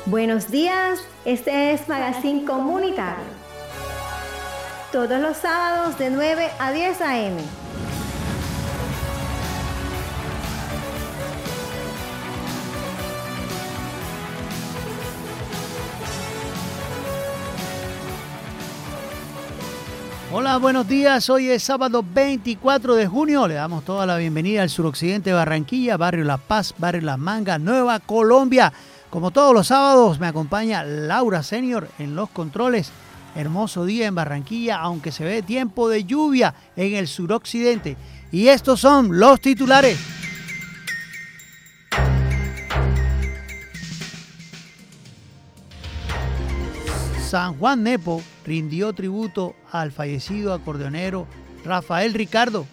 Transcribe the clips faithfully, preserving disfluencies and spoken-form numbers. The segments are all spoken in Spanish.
Buenos días, este es Magazine Comunitario. Todos los sábados de nueve a diez a eme. Hola, buenos días. Hoy es sábado veinticuatro de junio. Le damos toda la bienvenida al suroccidente de Barranquilla, barrio La Paz, barrio Las Mangas, Nueva Colombia. Como todos los sábados, me acompaña Laura Senior en los controles. Hermoso día en Barranquilla, aunque se ve tiempo de lluvia en el suroccidente. Y estos son los titulares. San Juan Nepo rindió tributo al fallecido acordeonero Rafael Ricardo.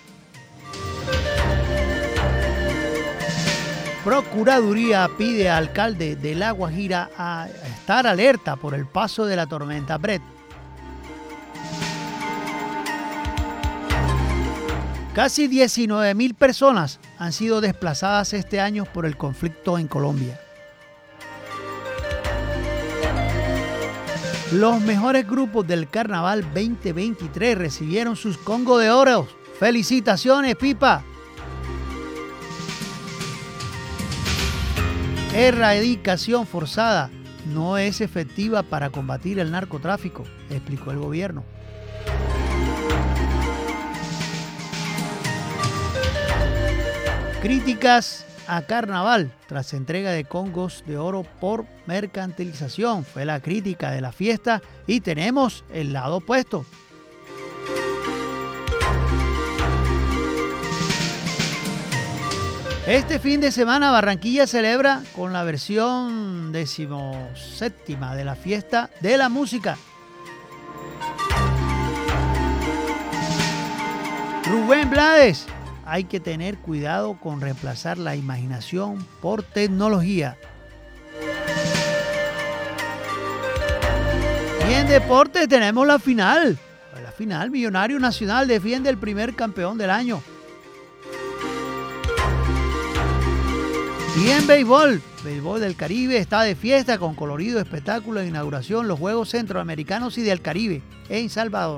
Procuraduría pide al alcalde de La Guajira a estar alerta por el paso de la tormenta Bret. Casi diecinueve mil personas han sido desplazadas este año por el conflicto en Colombia. Los mejores grupos del Carnaval veinte veintitrés recibieron sus Congo de Oro. ¡Felicitaciones, Pipa! Erradicación forzada no es efectiva para combatir el narcotráfico, explicó el gobierno. Críticas a Carnaval tras entrega de Congos de Oro por mercantilización. Fue la crítica de la fiesta y tenemos el lado opuesto. Este fin de semana Barranquilla celebra con la versión decimoséptima de la fiesta de la música. Rubén Blades. Hay que tener cuidado con reemplazar la imaginación por tecnología. Y en deporte tenemos la final. La final, Millonario Nacional defiende el primer campeón del año. Y en béisbol, béisbol del Caribe está de fiesta con colorido espectáculo de inauguración los Juegos Centroamericanos y del Caribe en Salvador.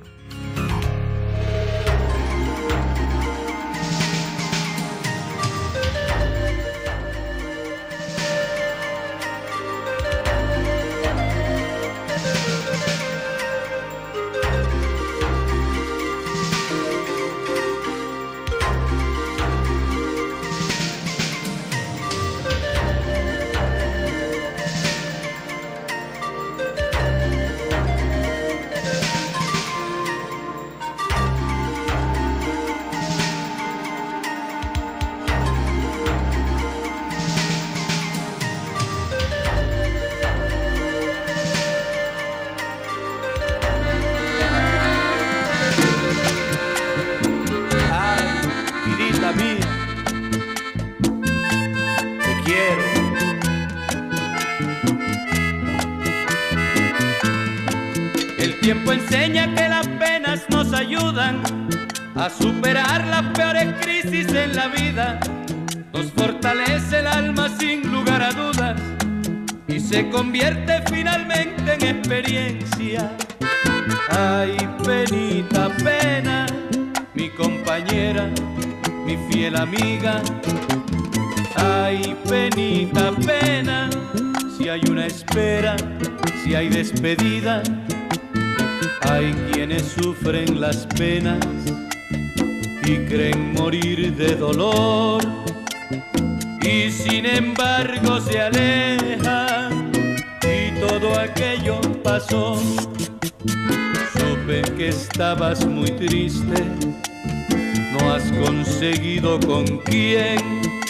El tiempo enseña que las penas nos ayudan a superar las peores crisis en la vida. Nos fortalece el alma sin lugar a dudas y se convierte finalmente en experiencia. Ay, penita, pena, mi compañera, mi fiel amiga. Ay, penita, pena, si hay una espera, si hay despedida. Hay quienes sufren las penas y creen morir de dolor, y sin embargo se alejan y todo aquello pasó. Supe que estabas muy triste, no has conseguido con quién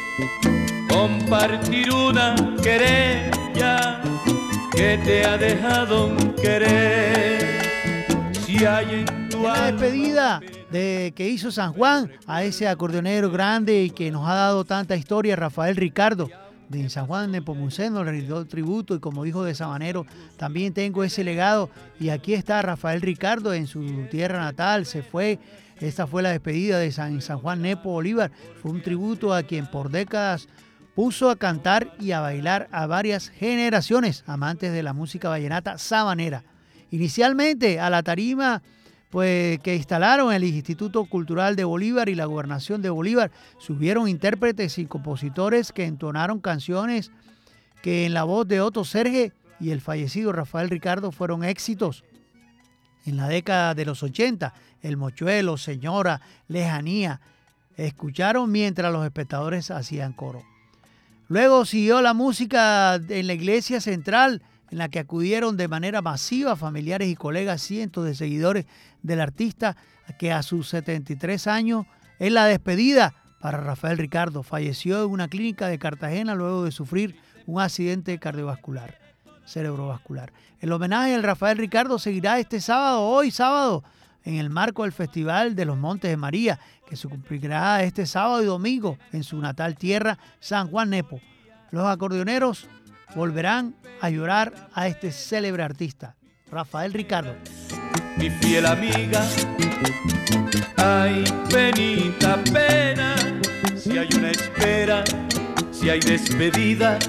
compartir una querella que te ha dejado querer. Si hay en tu La despedida de que hizo San Juan a ese acordeonero grande y que nos ha dado tanta historia, Rafael Ricardo de San Juan de Nepomuceno, le rindió tributo, y como dijo de Sabanero, también tengo ese legado, y aquí está Rafael Ricardo en su tierra natal, se fue. Esta fue la despedida de San, San Juan Nepo Bolívar. Fue un tributo a quien por décadas puso a cantar y a bailar a varias generaciones amantes de la música vallenata sabanera. Inicialmente a la tarima pues, que instalaron el Instituto Cultural de Bolívar y la Gobernación de Bolívar, subieron intérpretes y compositores que entonaron canciones que en la voz de Otto Serge y el fallecido Rafael Ricardo fueron éxitos. En la década de los ochenta, El Mochuelo, Señora, Lejanía, escucharon mientras los espectadores hacían coro. Luego siguió la música en la iglesia central, en la que acudieron de manera masiva familiares y colegas cientos de seguidores del artista, que a sus setenta y tres años, en la despedida para Rafael Ricardo, falleció en una clínica de Cartagena luego de sufrir un accidente cardiovascular, cerebrovascular. El homenaje al Rafael Ricardo seguirá este sábado, hoy sábado, en el marco del Festival de los Montes de María, que se cumplirá este sábado y domingo en su natal tierra, San Juan Nepo. Los acordeoneros volverán a llorar a este célebre artista, Rafael Ricardo. Mi fiel amiga, ay, penita pena, si hay una espera, si hay despedida,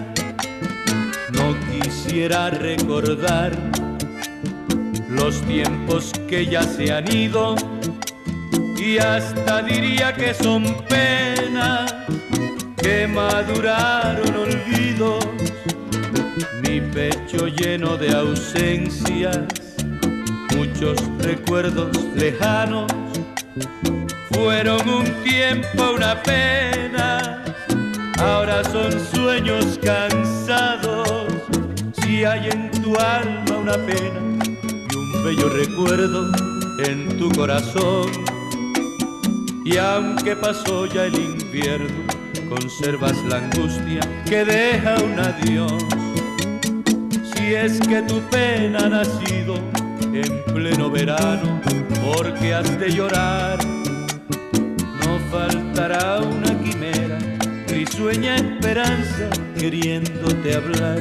no quisiera recordar los tiempos que ya se han ido, y hasta diría que son penas que maduraron olvidos. Mi pecho lleno de ausencias, muchos recuerdos lejanos, fueron un tiempo una pena, ahora son sueños cansados. Si hay en tu alma una pena y un bello recuerdo en tu corazón, y aunque pasó ya el invierno, conservas la angustia que deja un adiós. Si es que tu pena ha nacido en pleno verano, porque has de llorar, no faltará una quimera, risueña esperanza queriéndote hablar.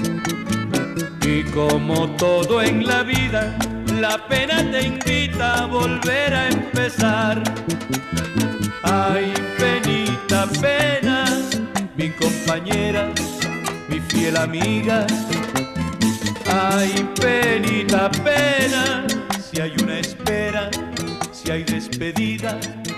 Y como todo en la vida, la pena te invita a volver a empezar. Ay, penita pena, mi compañera, mi fiel amiga. Ay, penita pena, si hay una espera, si hay despedida.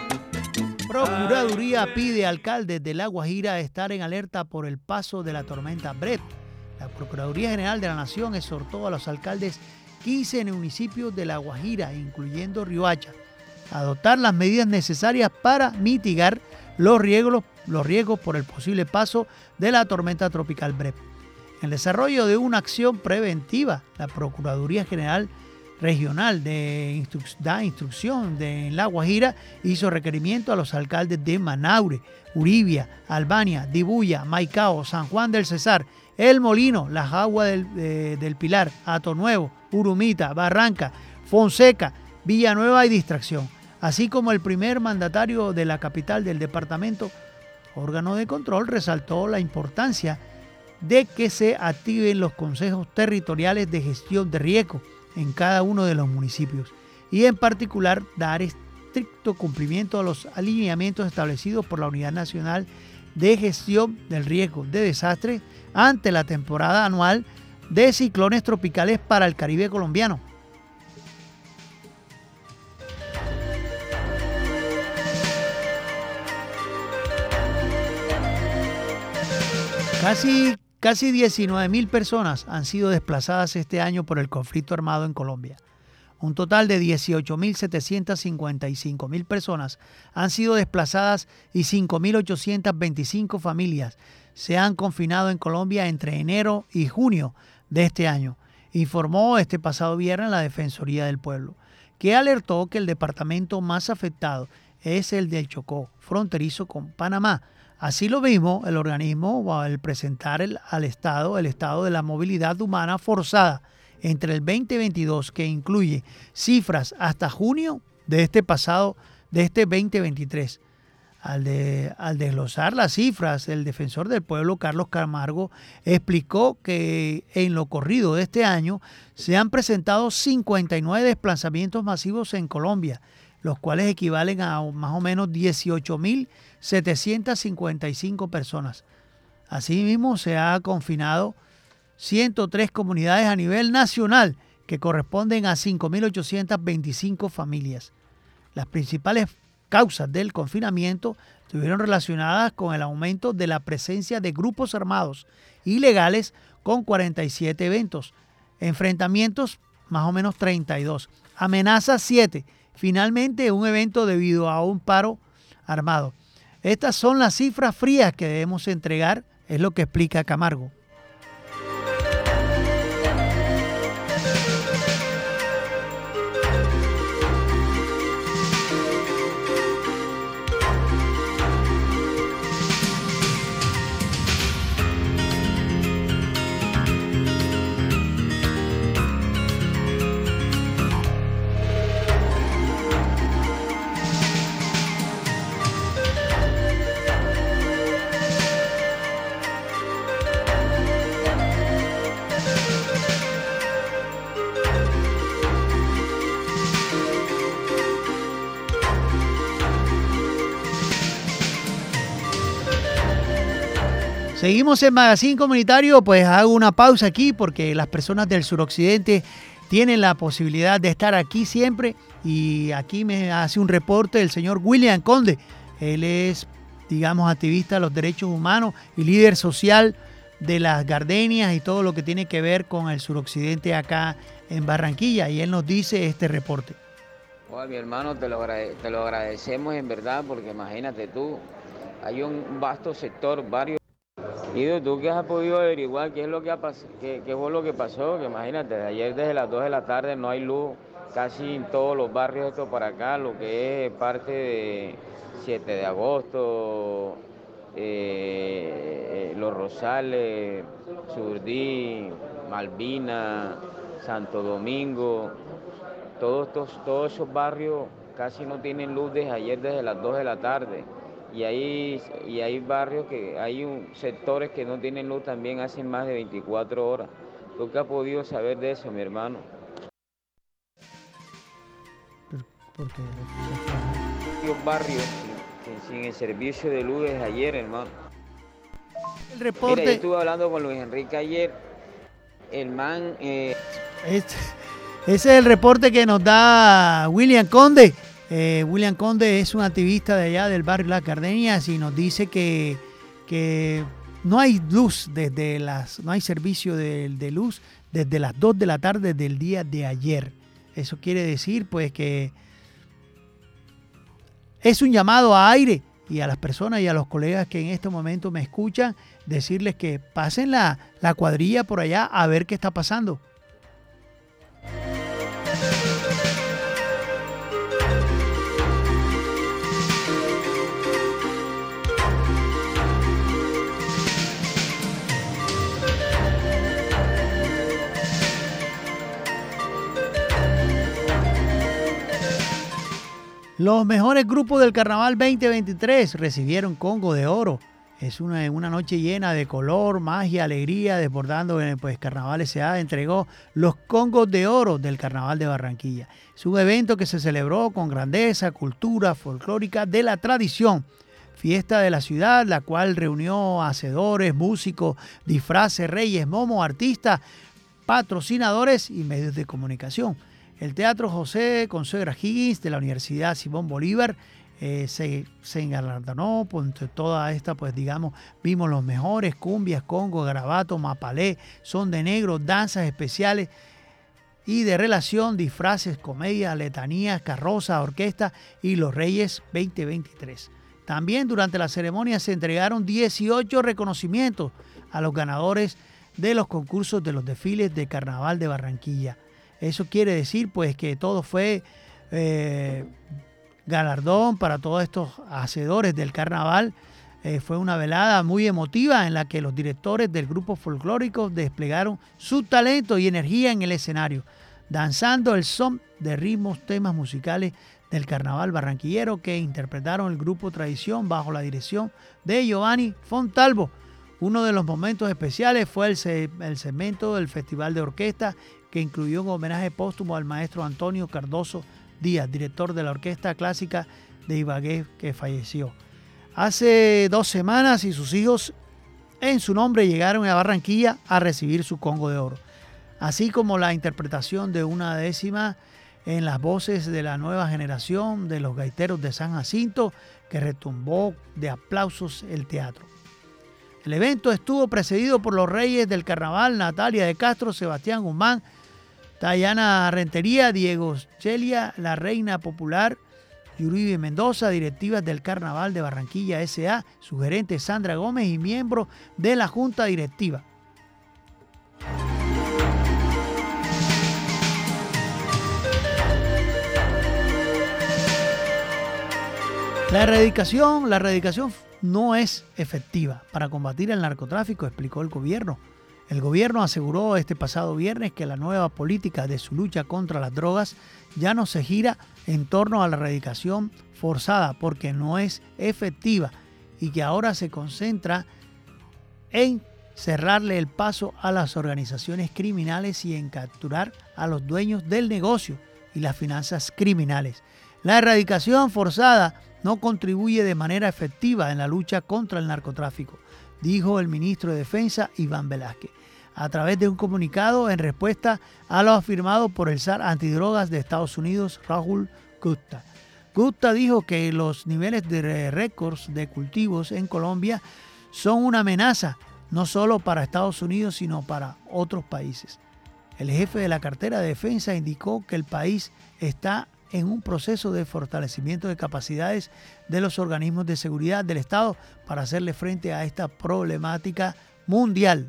Procuraduría pide a alcaldes de La Guajira estar en alerta por el paso de la tormenta Brett. La Procuraduría General de la Nación exhortó a los alcaldes quince municipios de La Guajira, incluyendo Riohacha, a adoptar las medidas necesarias para mitigar los riesgos, los riesgos por el posible paso de la tormenta tropical Brett. En el desarrollo de una acción preventiva, la Procuraduría General Regional de instru da instrucción de en La Guajira hizo requerimiento a los alcaldes de Manaure, Uribia, Albania, Dibuya, Maicao, San Juan del Cesar, El Molino, La Jagua del, eh, del Pilar, Hato Nuevo, Urumita, Barranca, Fonseca, Villanueva y Distracción, así como el primer mandatario de la capital del departamento, órgano de control, resaltó la importancia de que se activen los consejos territoriales de gestión de riesgo en cada uno de los municipios y en particular dar estricto cumplimiento a los alineamientos establecidos por la Unidad Nacional de Gestión del Riesgo de Desastre ante la temporada anual de ciclones tropicales para el Caribe colombiano. Casi Casi diecinueve mil personas han sido desplazadas este año por el conflicto armado en Colombia. Un total de dieciocho mil setecientas cincuenta y cinco mil personas han sido desplazadas y cinco mil ochocientas veinticinco familias se han confinado en Colombia entre enero y junio de este año, informó este pasado viernes la Defensoría del Pueblo, que alertó que el departamento más afectado es el del Chocó, fronterizo con Panamá. Así lo mismo, el organismo, al presentar el, al Estado el estado de la movilidad humana forzada entre el veinte veintidós, que incluye cifras hasta junio de este pasado, de este veinte veintitrés. Al, de, al desglosar las cifras, el defensor del pueblo, Carlos Camargo, explicó que en lo corrido de este año se han presentado cincuenta y nueve desplazamientos masivos en Colombia, los cuales equivalen a más o menos dieciocho mil setecientas cincuenta y cinco personas. Asimismo, se ha confinado ciento tres comunidades a nivel nacional, que corresponden a cinco mil ochocientas veinticinco familias. Las principales causas del confinamiento estuvieron relacionadas con el aumento de la presencia de grupos armados ilegales con cuarenta y siete eventos, enfrentamientos más o menos treinta y dos, amenazas siete, finalmente un evento debido a un paro armado. Estas son las cifras frías que debemos entregar, es lo que explica Camargo. Seguimos en Magazine Comunitario, pues hago una pausa aquí porque las personas del suroccidente tienen la posibilidad de estar aquí siempre y aquí me hace un reporte el señor William Conde. Él es, digamos, activista de los derechos humanos y líder social de las gardenias y todo lo que tiene que ver con el suroccidente acá en Barranquilla, y él nos dice este reporte. Oye, mi hermano, te lo, agrade- te lo agradecemos en verdad, porque imagínate tú, hay un vasto sector, varios. Y tú que has podido averiguar qué es lo que ha pas- qué, qué fue lo que pasó, que imagínate, ayer desde las dos de la tarde no hay luz casi en todos los barrios estos para acá, lo que es parte de siete de agosto, eh, eh, Los Rosales, Surdí, Malvina, Santo Domingo, todos, estos, todos esos barrios casi no tienen luz desde ayer desde las dos de la tarde. Y hay, y hay barrios que, hay un, sectores que no tienen luz también hace más de veinticuatro horas. ¿Tú qué has podido saber de eso, mi hermano? ¿Por qué? Varios barrios sin, sin el servicio de luz desde ayer, hermano. El reporte. Mira, yo estuve hablando con Luis Enrique ayer. El man... Eh... Este, ese es el reporte que nos da William Conde. Eh, William Conde es un activista de allá del barrio Las Gardenias y nos dice que, que no hay luz desde las, no hay servicio de, de luz desde las dos de la tarde del día de ayer. Eso quiere decir pues que es un llamado a aire y a las personas y a los colegas que en este momento me escuchan, decirles que pasen la, la cuadrilla por allá a ver qué está pasando. Los mejores grupos del Carnaval veinte veintitrés recibieron Congo de Oro. Es una, una noche llena de color, magia, alegría, desbordando en pues, Carnaval S A entregó los Congos de Oro del Carnaval de Barranquilla. Es un evento que se celebró con grandeza, cultura folclórica de la tradición. Fiesta de la ciudad, la cual reunió hacedores, músicos, disfraces, reyes, momos, artistas, patrocinadores y medios de comunicación. El Teatro José Consuegra Higgins de la Universidad Simón Bolívar eh, se, se engalardonó por toda esta, pues digamos, vimos los mejores cumbias, congo, garabato, mapalé, son de negro, danzas especiales y de relación, disfraces, comedias, letanías, carrozas, orquesta y los Reyes veinte veintitrés. También durante la ceremonia se entregaron dieciocho reconocimientos a los ganadores de los concursos de los desfiles de Carnaval de Barranquilla. Eso quiere decir pues que todo fue eh, galardón para todos estos hacedores del carnaval. Eh, fue una velada muy emotiva en la que los directores del grupo folclórico desplegaron su talento y energía en el escenario, danzando el son de ritmos, temas musicales del carnaval barranquillero que interpretaron el grupo Tradición bajo la dirección de Giovanni Fontalvo. Uno de los momentos especiales fue el, se el segmento del Festival de Orquesta, que incluyó un homenaje póstumo al maestro Antonio Cardoso Díaz, director de la Orquesta Clásica de Ibagué, que falleció hace dos semanas, y sus hijos en su nombre llegaron a Barranquilla a recibir su Congo de Oro, así como la interpretación de una décima en las voces de la nueva generación de los gaiteros de San Jacinto, que retumbó de aplausos el teatro. El evento estuvo precedido por los reyes del carnaval, Natalia de Castro, Sebastián Guzmán, Dayana Rentería, Diego Celia, la reina popular, Yuribe Mendoza, directivas del Carnaval de Barranquilla S A, su gerente Sandra Gómez y miembros de la Junta Directiva. La erradicación, la erradicación no es efectiva para combatir el narcotráfico, explicó el gobierno. El gobierno aseguró este pasado viernes que la nueva política de su lucha contra las drogas ya no se gira en torno a la erradicación forzada porque no es efectiva y que ahora se concentra en cerrarle el paso a las organizaciones criminales y en capturar a los dueños del negocio y las finanzas criminales. La erradicación forzada no contribuye de manera efectiva en la lucha contra el narcotráfico, dijo el ministro de Defensa Iván Velázquez, a través de un comunicado en respuesta a lo afirmado por el zar antidrogas de Estados Unidos, Rahul Gupta. Gupta dijo que los niveles de récords de cultivos en Colombia son una amenaza no solo para Estados Unidos, sino para otros países. El jefe de la cartera de defensa indicó que el país está en un proceso de fortalecimiento de capacidades de los organismos de seguridad del Estado para hacerle frente a esta problemática mundial.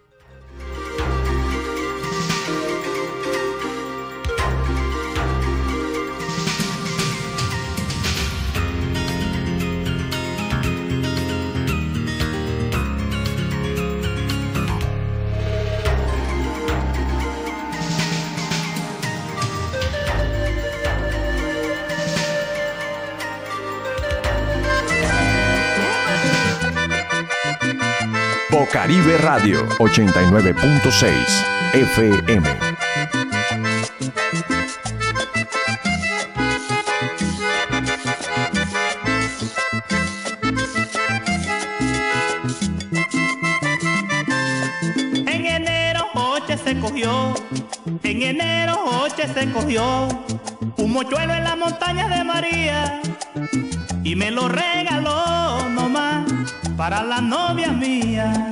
Bocaribe Radio ochenta y nueve punto seis F M. En enero Joche se cogió, en enero Joche se cogió un mochuelo en las montañas de María y me lo regaló nomás para la novia mía.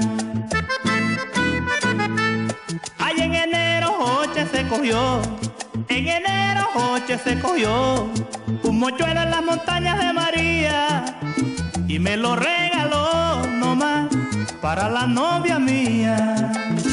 Ay, en enero Joche se cogió, en enero Joche se cogió un mochuelo en las montañas de María y me lo regaló nomás para la novia mía.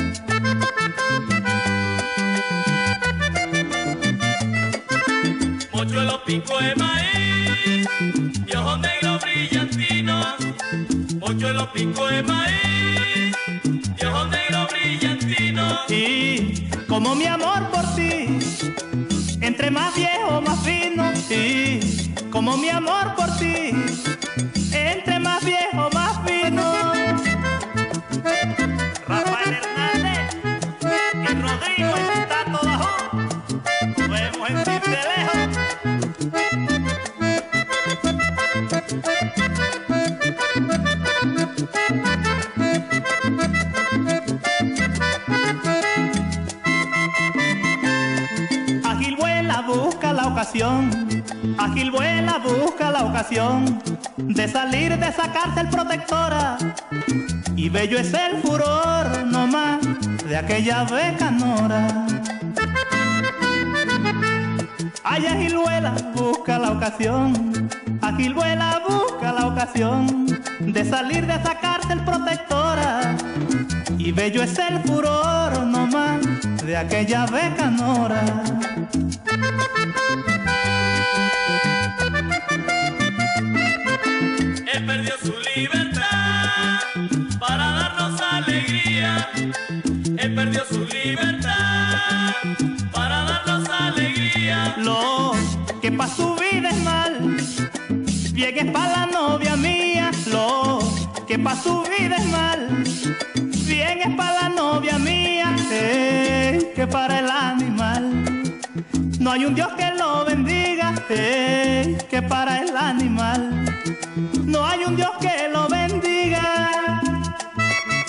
Mochuelo pico de maíz y ojos negros brillantinos. Mochuelo pico de maíz y ojos negros brillantinos. Y como mi amor por ti, entre más viejo más fino. Y como mi amor por ti, entre más viejo más fino. Rafael Hernández y Rodrigo en Tato Bajo, podemos sentirte lejos. Ágil vuela, busca la ocasión, ágil vuela, busca la ocasión de salir, de sacarse el protectora. Y bello es el furor nomás de aquella becanora. Ay, ágil vuela, busca la ocasión, ágil vuela, busca la ocasión de salir, de sacarse el protectora. Y bello es el furor nomás de aquella becanora. Él perdió su libertad para darnos alegría. Él perdió su libertad para darnos alegría. Lo que pa' su vida es mal, bien es pa' la novia mía. Lo que pa' su vida es mal, bien es pa' la novia mía. Eh, que para el animal no hay un Dios que lo bendiga. Eh, que para el animal no hay un Dios que lo bendiga.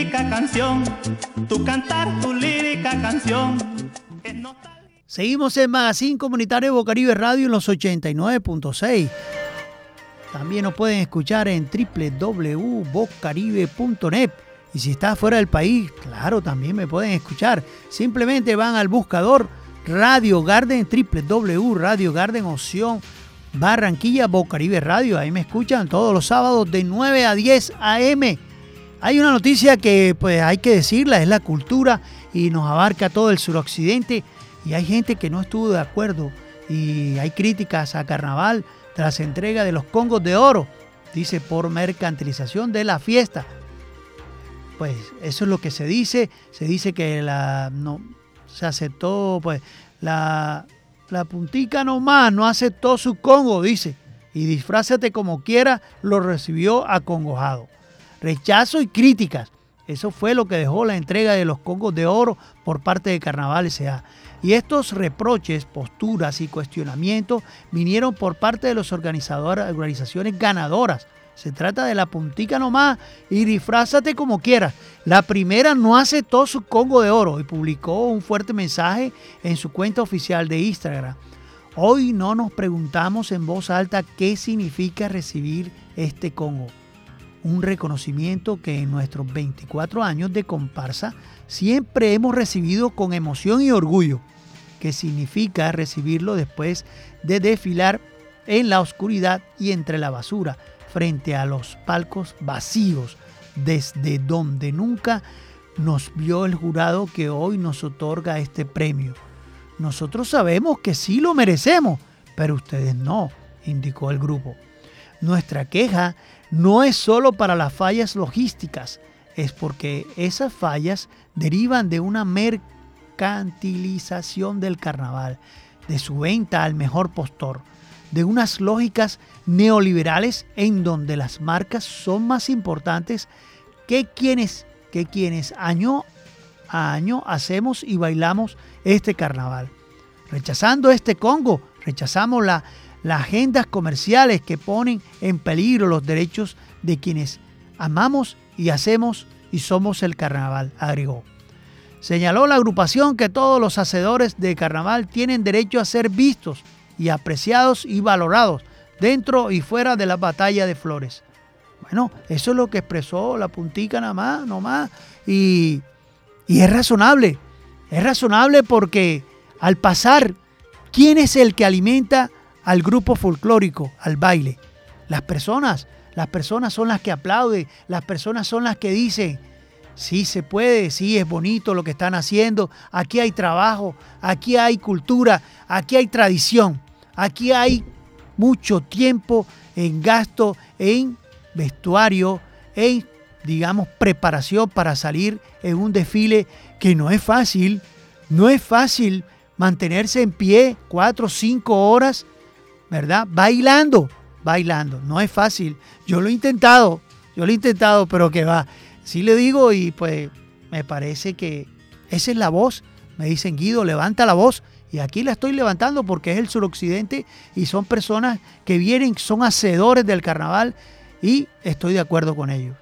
lírica canción, tu cantar, tu lírica canción. Es nostalgia. Seguimos en Magazine Comunitario de Bocaribe Radio en los ochenta y nueve punto seis. También nos pueden escuchar en doble u doble u doble u punto bocaribe punto net. Y si estás fuera del país, claro, también me pueden escuchar. Simplemente van al buscador Radio Garden, doble u doble u doble u punto Radio Garden, opción Barranquilla, Bocaribe Radio. Ahí me escuchan todos los sábados de nueve a diez a eme. Hay una noticia que pues hay que decirla, es la cultura y nos abarca todo el suroccidente. Y hay gente que no estuvo de acuerdo y hay críticas a Carnaval tras entrega de los congos de oro, dice, por mercantilización de la fiesta. Pues eso es lo que se dice. Se dice que la no se aceptó, pues la, la puntica nomás no aceptó su congo, dice. Y disfrázate como quiera, lo recibió acongojado. Rechazo y críticas. Eso fue lo que dejó la entrega de los congos de oro por parte de Carnaval S A Y estos reproches, posturas y cuestionamientos vinieron por parte de las organizaciones ganadoras. Se trata de la puntica nomás y disfrázate como quieras. La primera no aceptó su congo de oro y publicó un fuerte mensaje en su cuenta oficial de Instagram. Hoy no nos preguntamos en voz alta qué significa recibir este congo. Un reconocimiento que en nuestros veinticuatro años de comparsa siempre hemos recibido con emoción y orgullo. ¿Qué significa recibirlo después de desfilar en la oscuridad y entre la basura, frente a los palcos vacíos, desde donde nunca nos vio el jurado que hoy nos otorga este premio? Nosotros sabemos que sí lo merecemos, pero ustedes no, indicó el grupo. Nuestra queja no es solo para las fallas logísticas, es porque esas fallas derivan de una mercantilización del carnaval, de su venta al mejor postor, de unas lógicas neoliberales en donde las marcas son más importantes que quienes, que quienes año a año hacemos y bailamos este carnaval. Rechazando este congo, rechazamos la, las agendas comerciales que ponen en peligro los derechos de quienes amamos y hacemos y somos el carnaval, agregó. Señaló la agrupación que todos los hacedores de carnaval tienen derecho a ser vistos y apreciados y valorados dentro y fuera de la batalla de flores. Bueno, eso es lo que expresó la puntica nada más, nomás, y, y es razonable, es razonable porque al pasar, ¿quién es el que alimenta al grupo folclórico, al baile? Las personas, las personas son las que aplauden, las personas son las que dicen, sí se puede, sí es bonito lo que están haciendo, aquí hay trabajo, aquí hay cultura, aquí hay tradición. Aquí hay mucho tiempo en gasto, en vestuario, en, digamos, preparación para salir en un desfile que no es fácil. No es fácil mantenerse en pie cuatro o cinco horas, ¿verdad? Bailando, bailando. No es fácil. Yo lo he intentado, yo lo he intentado, pero que va. Sí le digo y pues me parece que esa es la voz. Me dicen, Guido, levanta la voz. Y aquí la estoy levantando porque es el suroccidente y son personas que vienen, son hacedores del carnaval y estoy de acuerdo con ellos.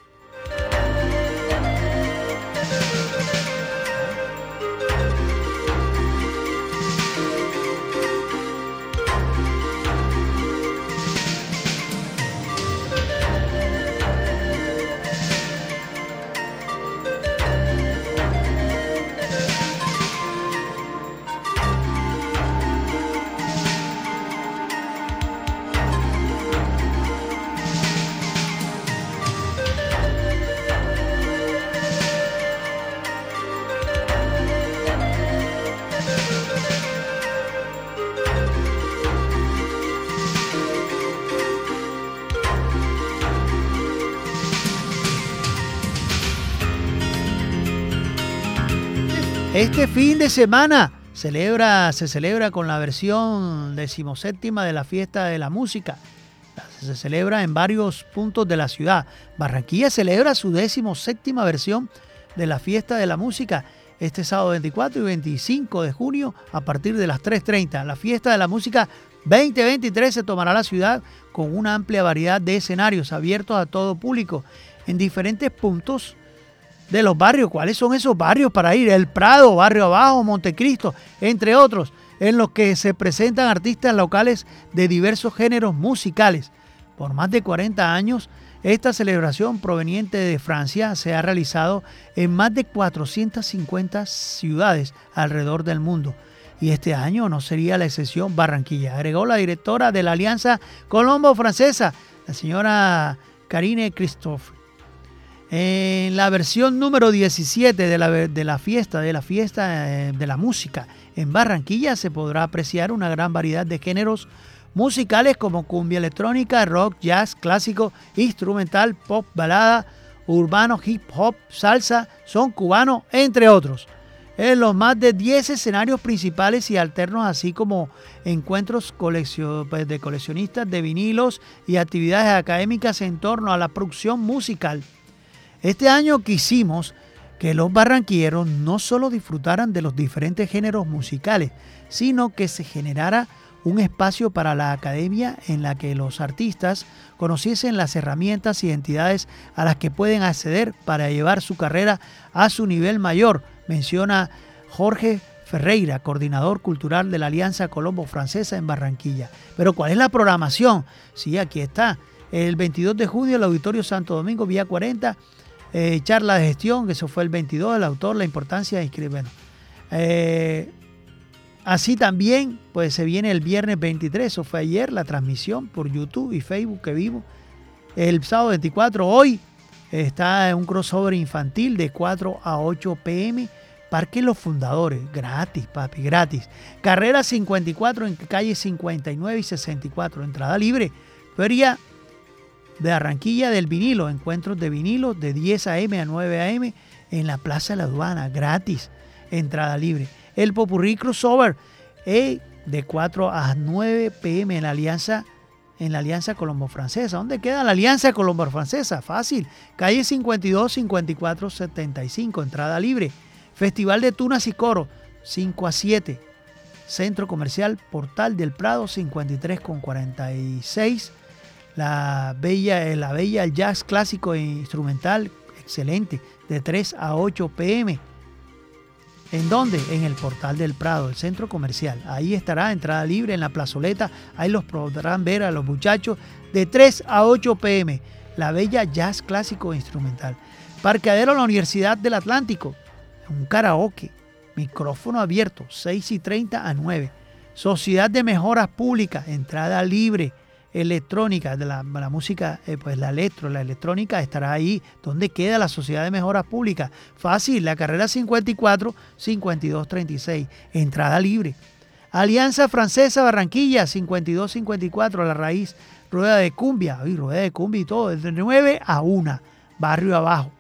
Este fin de semana celebra, se celebra con la versión decimoséptima de la Fiesta de la Música. Se celebra en varios puntos de la ciudad. Barranquilla celebra su decimoséptima versión de la Fiesta de la Música este sábado veinticuatro y veinticinco de junio a partir de las tres treinta. La Fiesta de la Música veinte veintitrés se tomará la ciudad con una amplia variedad de escenarios abiertos a todo público en diferentes puntos de los barrios. ¿Cuáles son esos barrios para ir? El Prado, Barrio Abajo, Montecristo, entre otros, en los que se presentan artistas locales de diversos géneros musicales. Por más de cuarenta años, esta celebración proveniente de Francia se ha realizado en más de cuatrocientas cincuenta ciudades alrededor del mundo. Y este año no sería la excepción Barranquilla, agregó la directora de la Alianza Colombo-Francesa, la señora Karine Christophe. En la versión número diecisiete de la, de la fiesta, de la fiesta eh, de la música en Barranquilla, se podrá apreciar una gran variedad de géneros musicales como cumbia electrónica, rock, jazz, clásico, instrumental, pop, balada, urbano, hip hop, salsa, son cubano, entre otros. En los más de diez escenarios principales y alternos, así como encuentros coleccio- de coleccionistas de vinilos y actividades académicas en torno a la producción musical. Este año quisimos que los barranquilleros no solo disfrutaran de los diferentes géneros musicales, sino que se generara un espacio para la academia en la que los artistas conociesen las herramientas y entidades a las que pueden acceder para llevar su carrera a su nivel mayor, menciona Jorge Ferreira, coordinador cultural de la Alianza Colombo-Francesa en Barranquilla. Pero ¿cuál es la programación? Sí, aquí está. El veintidós de junio, el Auditorio Santo Domingo, Vía cuarenta, eh, charla de gestión, que eso fue el veintidós, el autor, la importancia de inscribir. Bueno, eh, así también, pues se viene el viernes veintitrés, eso fue ayer, la transmisión por YouTube y Facebook que vimos. El sábado veinticuatro, hoy, está un crossover infantil de cuatro a ocho pe eme. Parque Los Fundadores, gratis, papi, gratis. Carrera cincuenta y cuatro en calle cincuenta y nueve y sesenta y cuatro, entrada libre. Feria de Barranquilla del vinilo, encuentros de vinilo de diez a eme a nueve a eme en la Plaza de la Aduana, gratis, entrada libre. El Popurrí Crossover eh, de cuatro a nueve pe eme en la Alianza en la Alianza Colombo-Francesa. ¿Dónde queda la Alianza Colombo-Francesa? Fácil. Calle cincuenta y dos, cincuenta y cuatro, setenta y cinco, entrada libre. Festival de Tunas y Coro, cinco a siete. Centro Comercial Portal del Prado, cincuenta y tres con cuarenta y seis. La Bella, la Bella, el Jazz Clásico e Instrumental, excelente, de tres a ocho pe eme. ¿En dónde? En el Portal del Prado, el centro comercial. Ahí estará, entrada libre en la plazoleta. Ahí los podrán ver a los muchachos de tres a ocho pe eme. La Bella Jazz Clásico e Instrumental. Parqueadero la Universidad del Atlántico. Un karaoke. Micrófono abierto, seis y treinta a nueve. Sociedad de Mejoras Públicas, entrada libre. Electrónica, de la, la música, eh, pues la electro, la electrónica estará ahí. ¿Dónde queda la Sociedad de Mejoras Públicas? Fácil, la carrera cincuenta y cuatro, cincuenta y dos, treinta y seis, entrada libre. Alianza Francesa Barranquilla, cincuenta y dos, cincuenta y cuatro, La Raíz, rueda de cumbia, uy, rueda de cumbia y todo, de nueve a una, barrio abajo.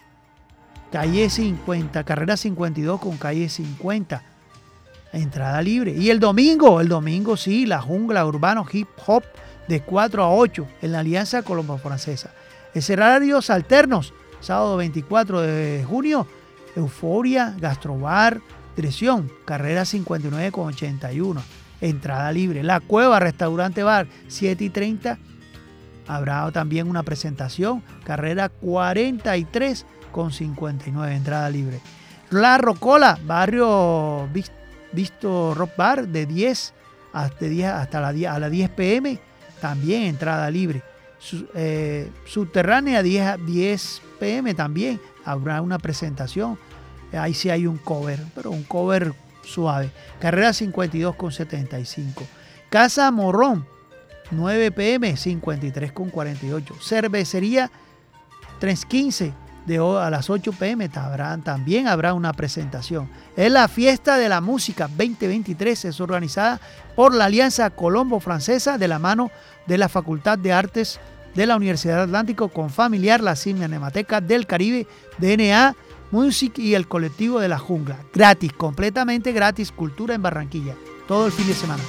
Calle cincuenta, carrera cincuenta y dos con calle cincuenta, entrada libre. Y el domingo, el domingo sí, la jungla urbano hip hop de cuatro a ocho en la Alianza Colombo-Francesa. Escenarios alternos, sábado veinticuatro de junio, Euforia, Gastrobar, dirección, carrera cincuenta y nueve con ochenta y uno, entrada libre. La Cueva, restaurante bar, siete y treinta, habrá también una presentación, carrera cuarenta y tres con cincuenta y nueve, entrada libre. La Rocola, barrio Visto Rock Bar, de diez hasta, diez, hasta la diez, a las diez pe eme, también entrada libre. Su, eh, subterránea diez, diez pe eme también habrá una presentación. Ahí sí hay un cover, pero un cover suave. Carrera cincuenta y dos con setenta y cinco. Casa Morrón, nueve pe eme, cincuenta y tres con cuarenta y ocho. Cervecería trescientos quince, de a las ocho pe eme habrá, también habrá una presentación. Es la Fiesta de la Música veinte veintitrés, es organizada por la Alianza Colombo-Francesa de la mano de la Facultad de Artes de la Universidad del Atlántico con Familiar, la Cinemateca del Caribe, D N A Music y el colectivo de la Jungla. Gratis, completamente gratis, cultura en Barranquilla, todo el fin de semana.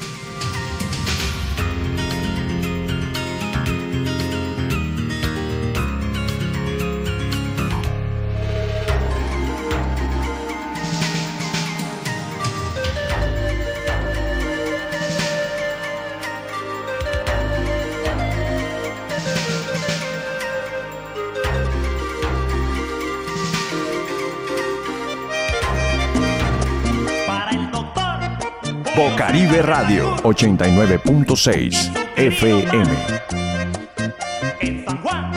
Bocaribe Radio ochenta y nueve punto seis F M. En San Juan.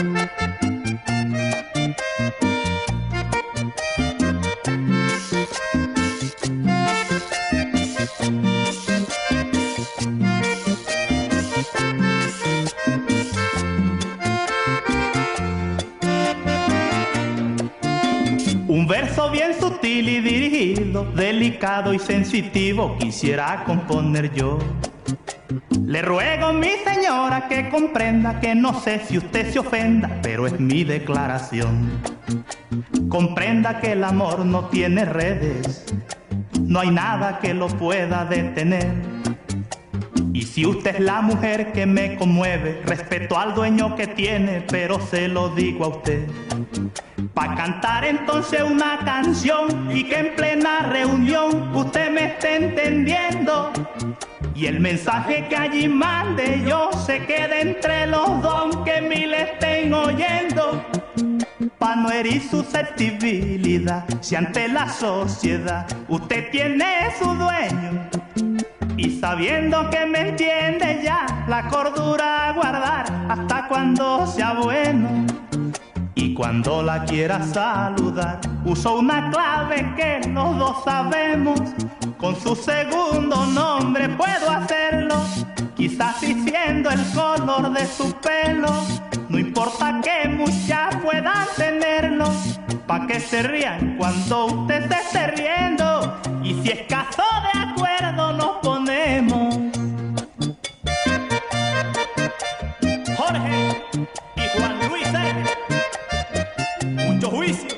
Un verso bien sutil y dirigido, delicado y sensitivo quisiera componer yo. Le ruego, mi señora, que comprenda que no sé si usted se ofenda, pero es mi declaración. Comprenda que el amor no tiene redes, no hay nada que lo pueda detener. Y si usted es la mujer que me conmueve, respeto al dueño que tiene, pero se lo digo a usted. Pa' cantar entonces una canción y que en plena reunión usted me esté entendiendo. Y el mensaje que allí mande yo se quede entre los dos, que mil estén oyendo. Pa' no herir susceptibilidad, si ante la sociedad usted tiene su dueño. Y sabiendo que me entiende ya, la cordura a guardar hasta cuando sea bueno. Y cuando la quiera saludar, uso una clave que los dos sabemos. Con su segundo nombre puedo hacerlo, quizás diciendo el color de su pelo. No importa que muchas puedan tenerlo, pa' que se rían cuando usted se esté riendo. Y si es caso de acuerdo nos ponemos. Jorge y Juan Luis, mucho juicio.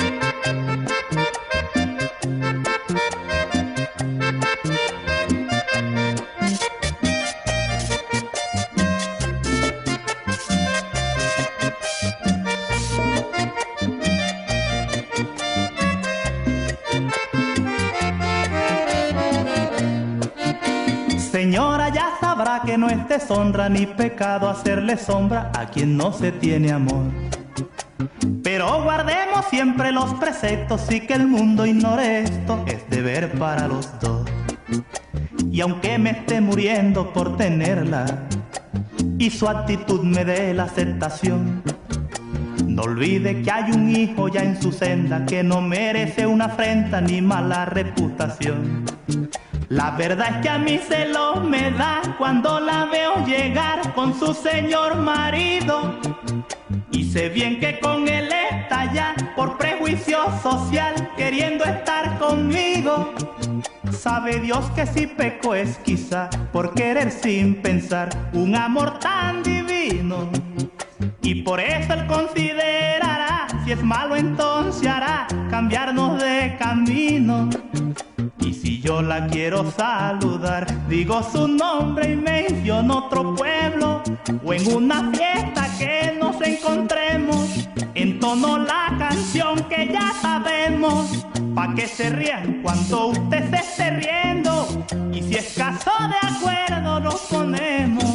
Señora, ya sabrá que no es deshonra ni pecado hacerle sombra a quien no se tiene amor. Pero guardemos siempre los preceptos y que el mundo ignore esto, es deber para los dos. Y aunque me esté muriendo por tenerla y su actitud me dé la aceptación, no olvide que hay un hijo ya en su senda que no merece una afrenta ni mala reputación. La verdad es que a mí celos me da cuando la veo llegar con su señor marido. Y sé bien que con él está ya por prejuicio social queriendo estar conmigo. Sabe Dios que si peco es quizá por querer sin pensar un amor tan divino. Y por eso él considerará, si es malo entonces hará cambiarnos de camino. Y si yo la quiero saludar, digo su nombre y menciono otro pueblo. O en una fiesta que nos encontremos, entono la canción que ya sabemos, pa' que se rían cuando usted se esté riendo. Y si es caso de acuerdo nos ponemos.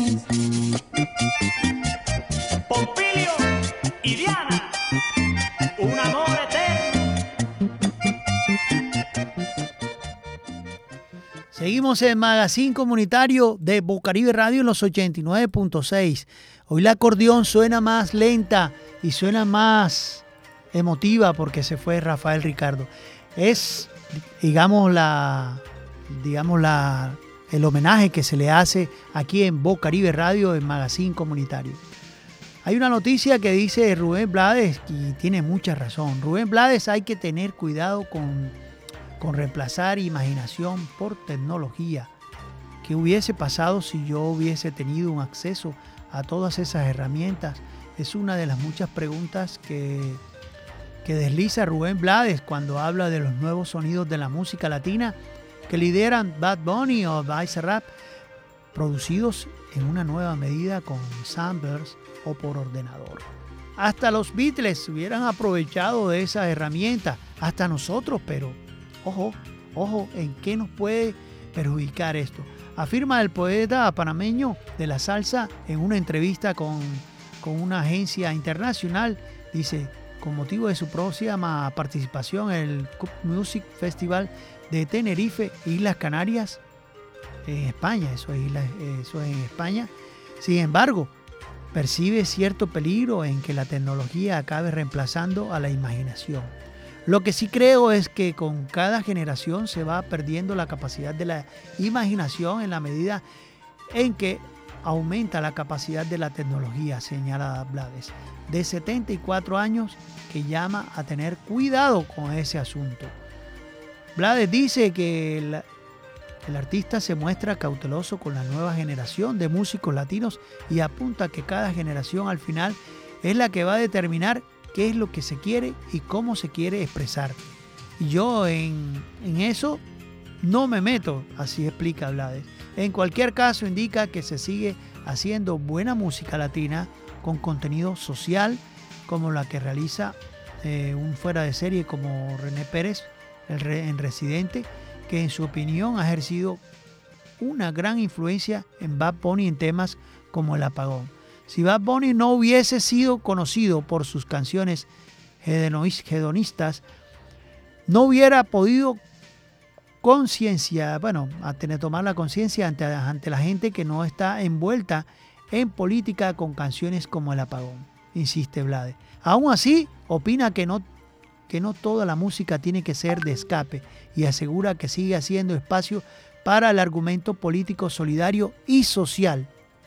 Pompilio y Diana, un amor eterno. Seguimos en Magazine Comunitario de Bocaribe Radio en los ochenta y nueve punto seis. Hoy la acordeón suena más lenta y suena más emotiva porque se fue Rafael Ricardo. Es, digamos, la, digamos la, el homenaje que se le hace aquí en Bocaribe Radio en Magazine Comunitario. Hay una noticia que dice Rubén Blades y tiene mucha razón. Rubén Blades, hay que tener cuidado con, con reemplazar imaginación por tecnología. ¿Qué hubiese pasado si yo hubiese tenido un acceso a todas esas herramientas? Es una de las muchas preguntas que, que desliza Rubén Blades cuando habla de los nuevos sonidos de la música latina que lideran Bad Bunny o Bizarrap, producidos en una nueva medida con samplers o por ordenador. Hasta los Beatles hubieran aprovechado de esa herramienta, hasta nosotros, pero ojo, ojo, ¿en qué nos puede perjudicar esto? Afirma el poeta panameño de la salsa en una entrevista con, con una agencia internacional. Dice, con motivo de su próxima participación en el Cup Music Festival de Tenerife, Islas Canarias, en España, eso es, eso es en España. Sin embargo, percibe cierto peligro en que la tecnología acabe reemplazando a la imaginación. Lo que sí creo es que con cada generación se va perdiendo la capacidad de la imaginación en la medida en que aumenta la capacidad de la tecnología, señala Blades, de setenta y cuatro años, que llama a tener cuidado con ese asunto. Blades dice que el, el artista se muestra cauteloso con la nueva generación de músicos latinos y apunta que cada generación al final es la que va a determinar qué es lo que se quiere y cómo se quiere expresar. Y yo en, en eso no me meto, así explica Blades. En cualquier caso, indica que se sigue haciendo buena música latina con contenido social, como la que realiza eh, un fuera de serie como René Pérez, el re, en Residente, que en su opinión ha ejercido una gran influencia en Bad Bunny en temas como El Apagón. Si Bad Bunny no hubiese sido conocido por sus canciones hedonistas, no hubiera podido conciencia, bueno, a tener, tomar la conciencia ante, ante la gente que no está envuelta en política con canciones como El Apagón, insiste Blades. Aún así, opina que no, que no toda la música tiene que ser de escape y asegura que sigue haciendo espacio para el argumento político solidario y social.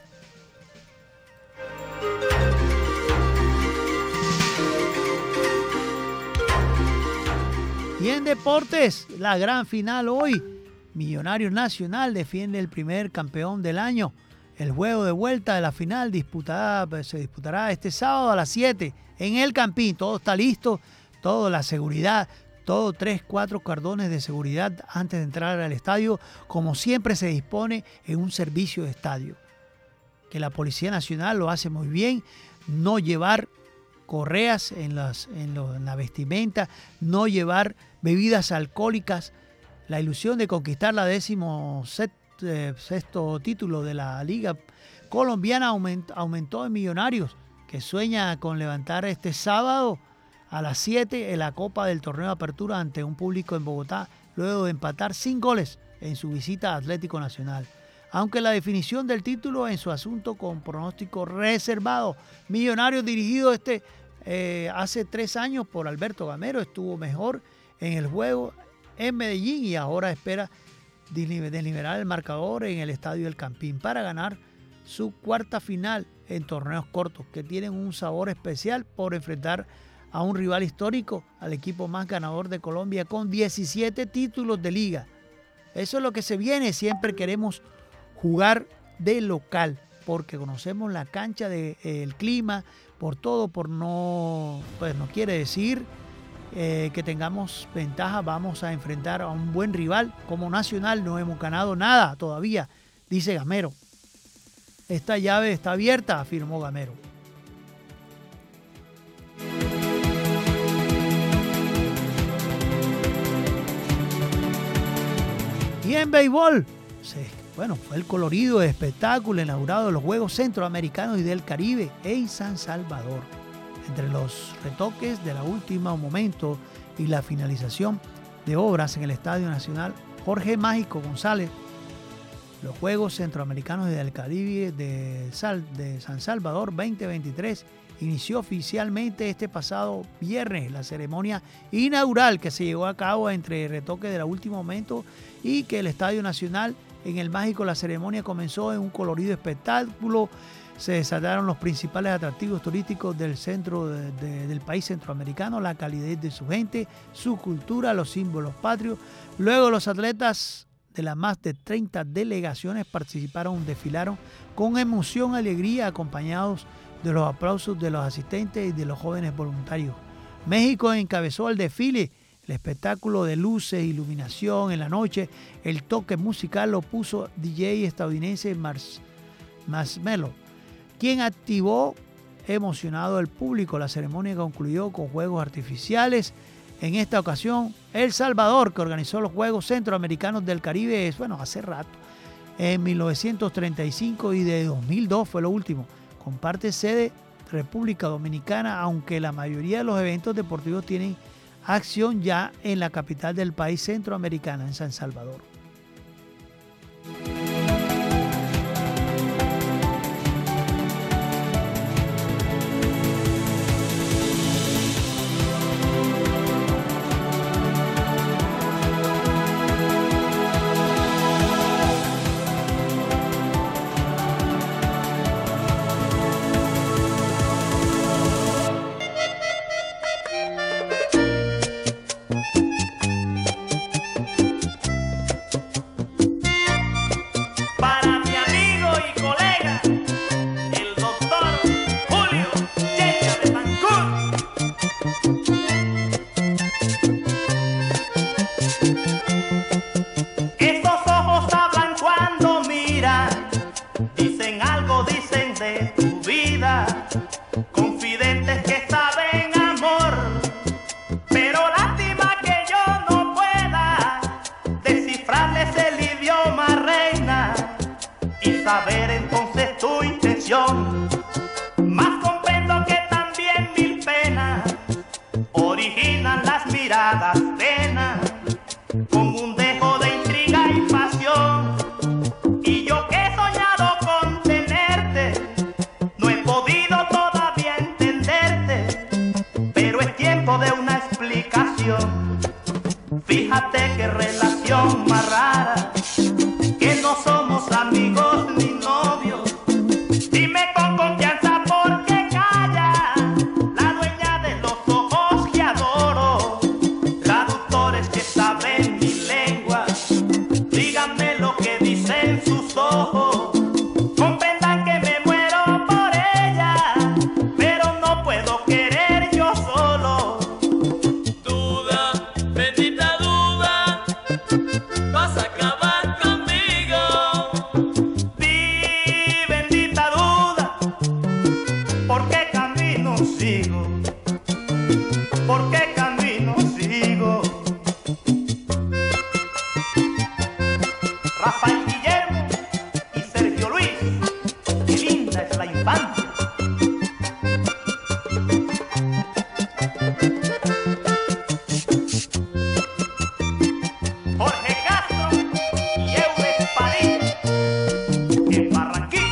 Y en deportes, la gran final hoy. Millonarios Nacional defiende el primer campeón del año. El juego de vuelta de la final disputada, se disputará este sábado a las siete en el Campín. Todo está listo, toda la seguridad, todo tres, cuatro cordones de seguridad antes de entrar al estadio, como siempre se dispone en un servicio de estadio. Que la Policía Nacional lo hace muy bien, no llevar correas en, las, en, lo, en la vestimenta, no llevar bebidas alcohólicas. La ilusión de conquistar la décimo eh, sexto título de la Liga Colombiana aument, aumentó en Millonarios, que sueña con levantar este sábado a las siete en la Copa del Torneo de Apertura ante un público en Bogotá, luego de empatar sin goles en su visita a Atlético Nacional. Aunque la definición del título en su asunto con pronóstico reservado. Millonarios, dirigido este eh, hace tres años por Alberto Gamero, estuvo mejor en el juego en Medellín y ahora espera deliberar el marcador en el Estadio del Campín para ganar su cuarta final en torneos cortos, que tienen un sabor especial por enfrentar a un rival histórico, al equipo más ganador de Colombia con diecisiete títulos de liga. Eso es lo que se viene. Siempre queremos jugar de local porque conocemos la cancha, de, eh, el clima, por todo, por no, pues no quiere decir eh, que tengamos ventaja. Vamos a enfrentar a un buen rival. Como Nacional no hemos ganado nada todavía, dice Gamero. Esta llave está abierta, afirmó Gamero. Y en béisbol, se, bueno, fue el colorido espectáculo inaugurado de los Juegos Centroamericanos y del Caribe en San Salvador. Entre los retoques del último momento y la finalización de obras en el Estadio Nacional Jorge Mágico González, los Juegos Centroamericanos y del Caribe de, Sal, de San Salvador veinte veintitrés inició oficialmente este pasado viernes la ceremonia inaugural que se llevó a cabo entre retoques del último momento y que el Estadio Nacional en el Mágico. La ceremonia comenzó en un colorido espectáculo. Se desataron los principales atractivos turísticos del centro de, de, del país centroamericano, la calidez de su gente, su cultura, los símbolos patrios. Luego los atletas de las más de treinta delegaciones participaron, desfilaron con emoción y alegría, acompañados de los aplausos de los asistentes y de los jóvenes voluntarios. México encabezó el desfile. El espectáculo de luces, iluminación en la noche, el toque musical lo puso D J estadounidense Mars, Marshmello, quien activó emocionado al público. La ceremonia concluyó con juegos artificiales. En esta ocasión, El Salvador, que organizó los Juegos Centroamericanos del Caribe, es, bueno, hace rato, en mil novecientos treinta y cinco y de dos mil dos fue lo último. Comparte sede República Dominicana, aunque la mayoría de los eventos deportivos tienen acción ya en la capital del país centroamericano, en San Salvador. de tu vida, confidentes que saben amor, pero lástima que yo no pueda descifrarles el idioma, reina, y saber entonces tu intención. Más comprendo que también mil penas originan las miradas penas, con un dejo de intriga y pasión. Y yo que he soñado con tenerte, no he podido todavía entenderte, pero es tiempo de una explicación. Fíjate qué relación más rara, que no somos amigos ni novios. Dime con confianza por qué calla la dueña de los ojos que adoro, traductores que saben mi lengua. Díganme lo que dicen sus ojos, comprendan que me muero por ella, pero no puedo querer yo solo. Duda, bendita duda, vas a acabar conmigo. Di, bendita duda, ¿por qué camino sigo? ¿Por qué camino sigo? Rafael Guillermo y Sergio Luis, qué linda es la infancia. Jorge Castro y Eudes Padilla, en Barranquilla.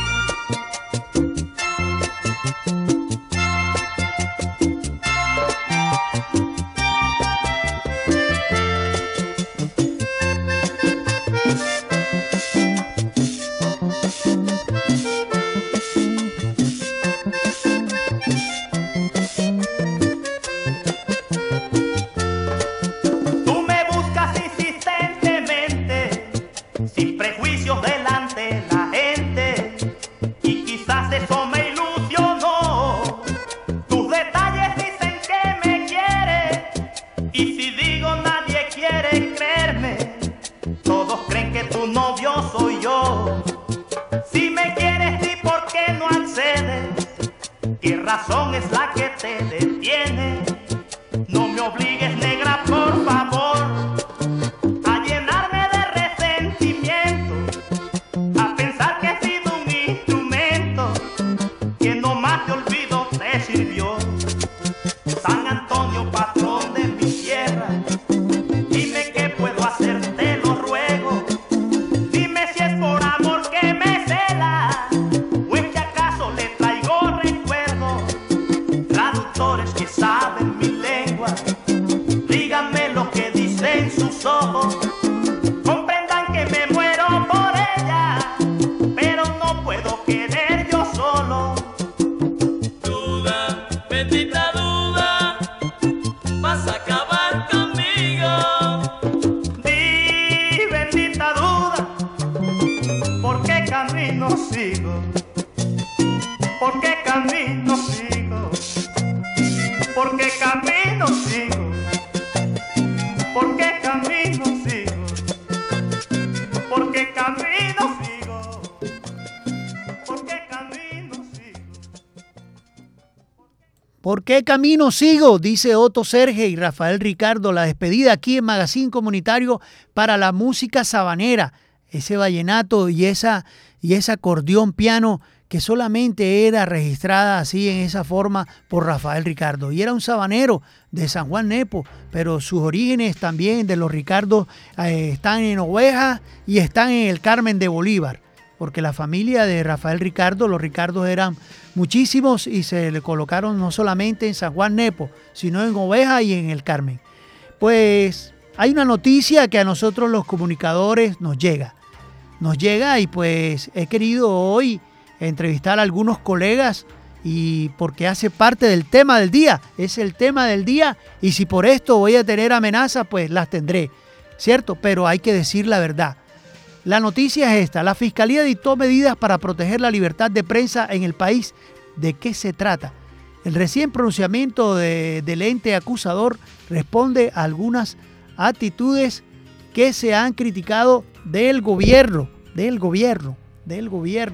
Tú me buscas insistentemente, sin prejuicios delante de la gente, y quizás eso me ilusionó. Tus detalles dicen que me quieres, y si digo nadie quiere creerme, todos creen que tu novio soy yo. Si me quieres, di por qué no accedes, qué razón es la que te detiene. No me obligues, negra, por favor, a llenarme de resentimiento, a pensar que he sido un instrumento que no más te olvido te sirvió. San Antonio, patrón de mi tierra, dime qué puedo hacer, te lo ruego. Dime si es por amor que me cela, o es que acaso le traigo recuerdo. Traductores que saben mi lengua, díganme lo que dicen sus ojos, comprendan que me muero por ella, pero no puedo querer yo solo. Duda, bendita duda, vas a acabar conmigo. Di, bendita duda, ¿por qué camino sigo? ¿Por qué camino sigo? ¿Por qué camino sigo? ¿Por qué camino sigo? ¿Por qué camino sigo? ¿Por qué camino sigo? ¿Por qué camino sigo? Dice Otto Serge y Rafael Ricardo. La despedida aquí en Magazine Comunitario para la música sabanera. Ese vallenato y esa, y ese acordeón piano que solamente era registrada así en esa forma por Rafael Ricardo. Y era un sabanero de San Juan Nepo, pero sus orígenes también de los Ricardos eh, están en Oveja y están en el Carmen de Bolívar, porque la familia de Rafael Ricardo, los Ricardos eran muchísimos y se le colocaron no solamente en San Juan Nepo, sino en Oveja y en el Carmen. Pues hay una noticia que a nosotros los comunicadores nos llega. Nos llega y pues he querido hoy entrevistar a algunos colegas y porque hace parte del tema del día, es el tema del día y si por esto voy a tener amenazas, pues las tendré, ¿cierto? Pero hay que decir la verdad. La noticia es esta: la Fiscalía dictó medidas para proteger la libertad de prensa en el país. ¿De qué se trata? El recién pronunciamiento de, del ente acusador responde a algunas actitudes que se han criticado del gobierno, del gobierno, del gobierno.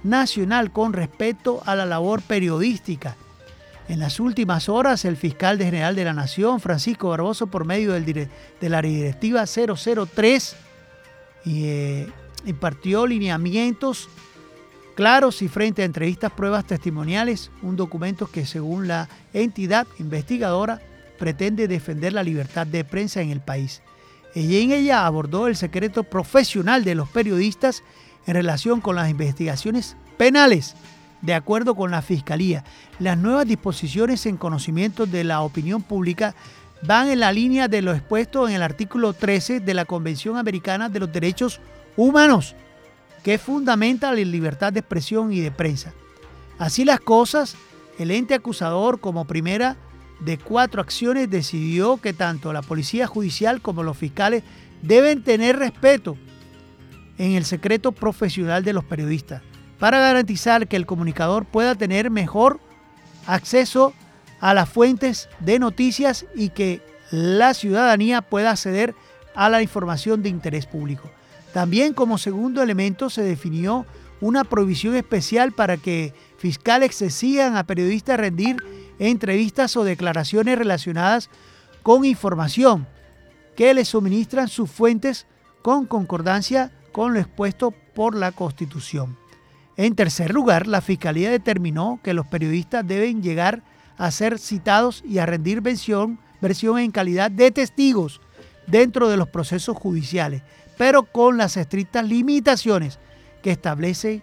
nacional con respecto a la labor periodística. En las últimas horas, el fiscal general de la Nación, Francisco Barbosa, por medio del dire- de la directiva cero cero tres, y, eh, impartió lineamientos claros y frente a entrevistas, pruebas testimoniales, un documento que según la entidad investigadora pretende defender la libertad de prensa en el país. Y en ella abordó el secreto profesional de los periodistas en relación con las investigaciones penales. De acuerdo con la Fiscalía, las nuevas disposiciones en conocimiento de la opinión pública van en la línea de lo expuesto en el artículo trece de la Convención Americana de los Derechos Humanos, que fundamenta la libertad de expresión y de prensa. Así las cosas, el ente acusador, como primera de cuatro acciones, decidió que tanto la Policía Judicial como los fiscales deben tener respeto en el secreto profesional de los periodistas, para garantizar que el comunicador pueda tener mejor acceso a las fuentes de noticias y que la ciudadanía pueda acceder a la información de interés público. También como segundo elemento se definió una prohibición especial para que fiscales exijan a periodistas rendir entrevistas o declaraciones relacionadas con información que les suministran sus fuentes con concordancia con lo expuesto por la Constitución. En tercer lugar, la Fiscalía determinó que los periodistas deben llegar a ser citados y a rendir versión, versión en calidad de testigos dentro de los procesos judiciales, pero con las estrictas limitaciones que establecen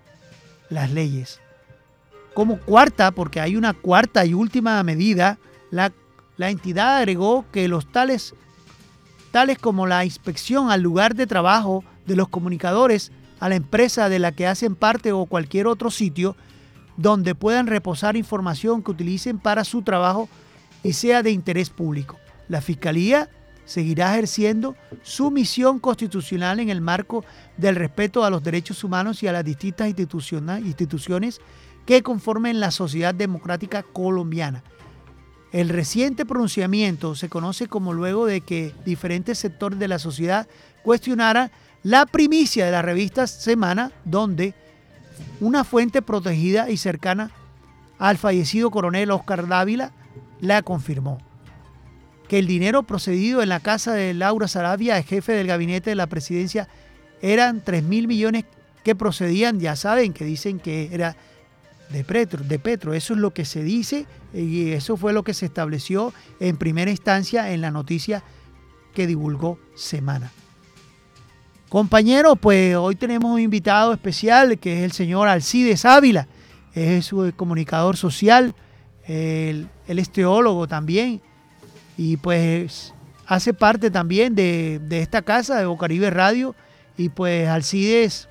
las leyes. Como cuarta, porque hay una cuarta y última medida, la, la entidad agregó que los tales, tales como la inspección al lugar de trabajo de los comunicadores, a la empresa de la que hacen parte o cualquier otro sitio donde puedan reposar información que utilicen para su trabajo y sea de interés público. La Fiscalía seguirá ejerciendo su misión constitucional en el marco del respeto a los derechos humanos y a las distintas instituciones que conformen la sociedad democrática colombiana. El reciente pronunciamiento se conoce como luego de que diferentes sectores de la sociedad cuestionaran la primicia de la revista Semana, donde una fuente protegida y cercana al fallecido coronel Oscar Dávila la confirmó, que el dinero procedido en la casa de Laura Saravia, el jefe del gabinete de la presidencia, eran tres mil millones que procedían, ya saben, que dicen que era de Petro, de Petro. Eso es lo que se dice y eso fue lo que se estableció en primera instancia en la noticia que divulgó Semana. Compañeros, pues hoy tenemos un invitado especial que es el señor Alcides Ávila. Es su comunicador social, él, él es teólogo también y pues hace parte también de, de esta casa de Bocaribe Radio. Y pues Alcides,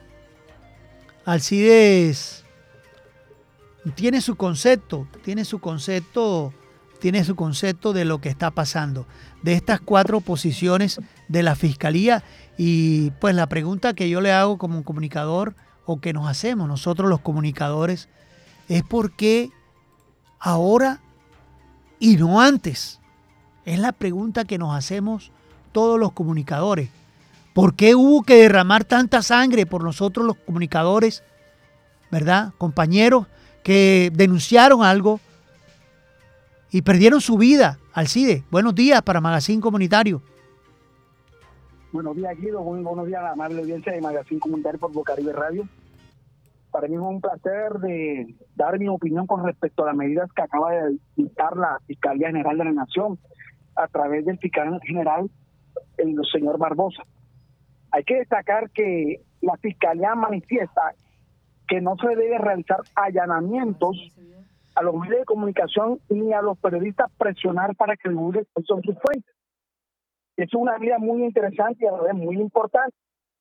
Alcides tiene su concepto, tiene su concepto, tiene su concepto de lo que está pasando, de estas cuatro posiciones de la Fiscalía. Y pues la pregunta que yo le hago como comunicador o que nos hacemos nosotros los comunicadores es por qué ahora y no antes. Es la pregunta que nos hacemos todos los comunicadores. ¿Por qué hubo que derramar tanta sangre por nosotros los comunicadores, verdad? Compañeros que denunciaron algo y perdieron su vida. Alcide, buenos días para Magazine Comunitario. Buenos días, Guido. Muy buenos días a la amable audiencia de Magazine Comunitario por Bocaribe Radio. Para mí es un placer de dar mi opinión con respecto a las medidas que acaba de dictar la Fiscalía General de la Nación a través del fiscal general, el señor Barbosa. Hay que destacar que la Fiscalía manifiesta que no se debe realizar allanamientos a los medios de comunicación ni a los periodistas presionar para que divulguen son sus fuentes. Es una medida muy interesante y a la vez muy importante.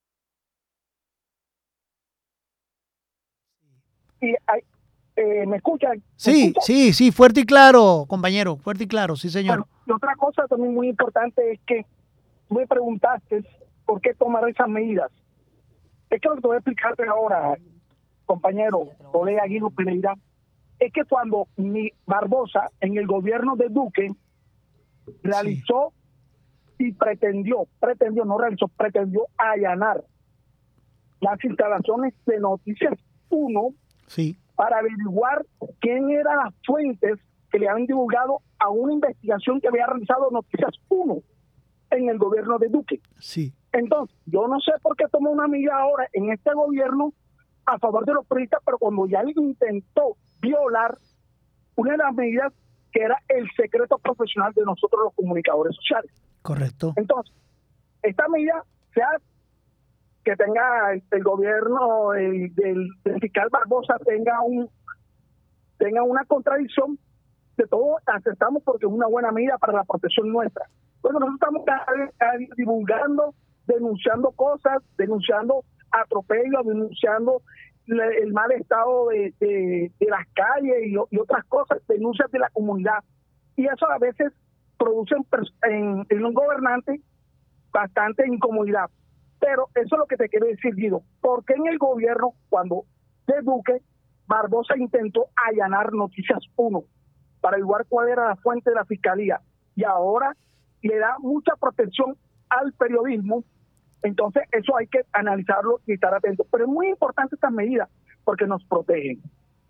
Y hay, eh, ¿me escuchan? ¿Me sí, escuchan? sí, sí, fuerte y claro, compañero, fuerte y claro, sí, señor. Bueno, y otra cosa también muy importante es que tú me preguntaste por qué tomar esas medidas. Es que lo que te voy a explicarte ahora, compañero colega Guido Pereira, es que cuando mi Barbosa en el gobierno de Duque realizó sí. y pretendió, pretendió, no realizó, pretendió allanar las instalaciones de Noticias uno Sí. para averiguar quién eran las fuentes que le habían divulgado a una investigación que había realizado Noticias uno en el gobierno de Duque. Sí. Entonces, yo no sé por qué tomó una medida ahora en este gobierno a favor de los periodistas, pero cuando ya él intentó violar una de las medidas que era el secreto profesional de nosotros los comunicadores sociales. Correcto. Entonces, esta medida sea que tenga el, el gobierno el, del, del fiscal Barbosa tenga un tenga una contradicción, de todo aceptamos porque es una buena medida para la protección nuestra. Bueno, nosotros estamos cada vez, cada día divulgando, denunciando cosas, denunciando atropellos, denunciando le, el mal estado de, de, de las calles y, y otras cosas, denuncias de la comunidad. Y eso a veces produce en, en un gobernante bastante incomodidad. Pero eso es lo que te quiero decir, Guido. Porque en el gobierno, cuando de Duque, Barbosa intentó allanar Noticias uno para averiguar cuál era la fuente de la fiscalía, y ahora le da mucha protección al periodismo. Entonces eso hay que analizarlo y estar atentos. Pero es muy importante estas medidas porque nos protegen.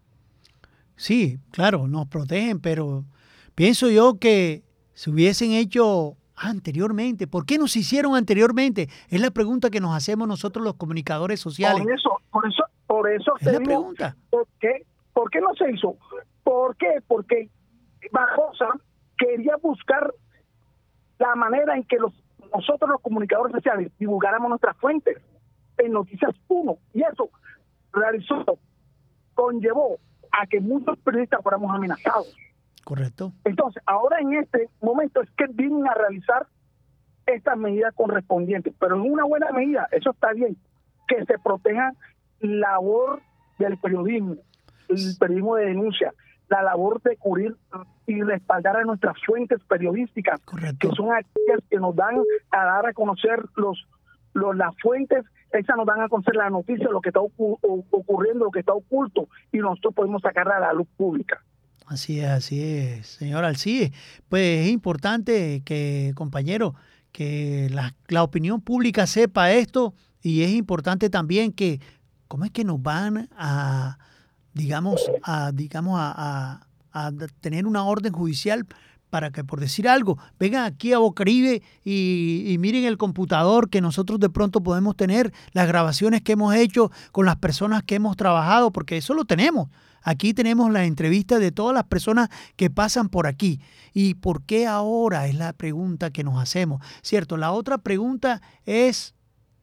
Sí, claro, nos protegen, pero pienso yo que se hubiesen hecho anteriormente. ¿Por qué no se hicieron anteriormente? Es la pregunta que nos hacemos nosotros los comunicadores sociales. Por eso, por eso, por eso es te la digo, pregunta. ¿por qué? ¿Por qué no se hizo? ¿Por qué? Porque Barbosa quería buscar la manera en que los nosotros los comunicadores sociales divulgáramos nuestras fuentes en Noticias uno, y eso realizó, conllevó a que muchos periodistas fuéramos amenazados. Correcto. Entonces, ahora en este momento es que vienen a realizar estas medidas correspondientes, pero en una buena medida, eso está bien, que se proteja la labor del periodismo, el periodismo de denuncia, la labor de cubrir y respaldar a nuestras fuentes periodísticas, Correcto. que son aquellas que nos dan a dar a conocer los, los las fuentes, esas nos dan a conocer la noticia, lo que está ocu- ocurriendo, lo que está oculto, y nosotros podemos sacarla a la luz pública. Así es, así es, señor Alcides. Pues es importante que, compañero, que la, la opinión pública sepa esto, y es importante también que, ¿cómo es que nos van a, digamos, a, digamos, a, a, a tener una orden judicial para que, por decir algo, vengan aquí a Bocaribe y, y miren el computador que nosotros de pronto podemos tener, las grabaciones que hemos hecho con las personas que hemos trabajado, porque eso lo tenemos. Aquí tenemos la entrevista de todas las personas que pasan por aquí. ¿Y por qué ahora? Es la pregunta que nos hacemos, ¿cierto? La otra pregunta es,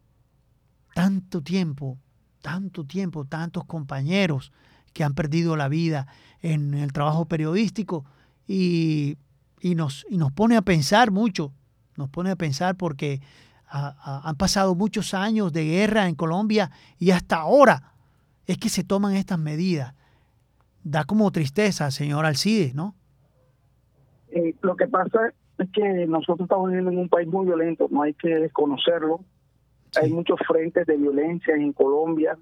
tanto tiempo, tanto tiempo, tantos compañeros que han perdido la vida en el trabajo periodístico, y, y, nos, y nos pone a pensar mucho, nos pone a pensar porque a, a, han pasado muchos años de guerra en Colombia y hasta ahora es que se toman estas medidas. Da como tristeza, señor Alcides, ¿no? Eh, lo que pasa es que nosotros estamos viviendo en un país muy violento, no hay que desconocerlo. Sí. Hay muchos frentes de violencia en Colombia,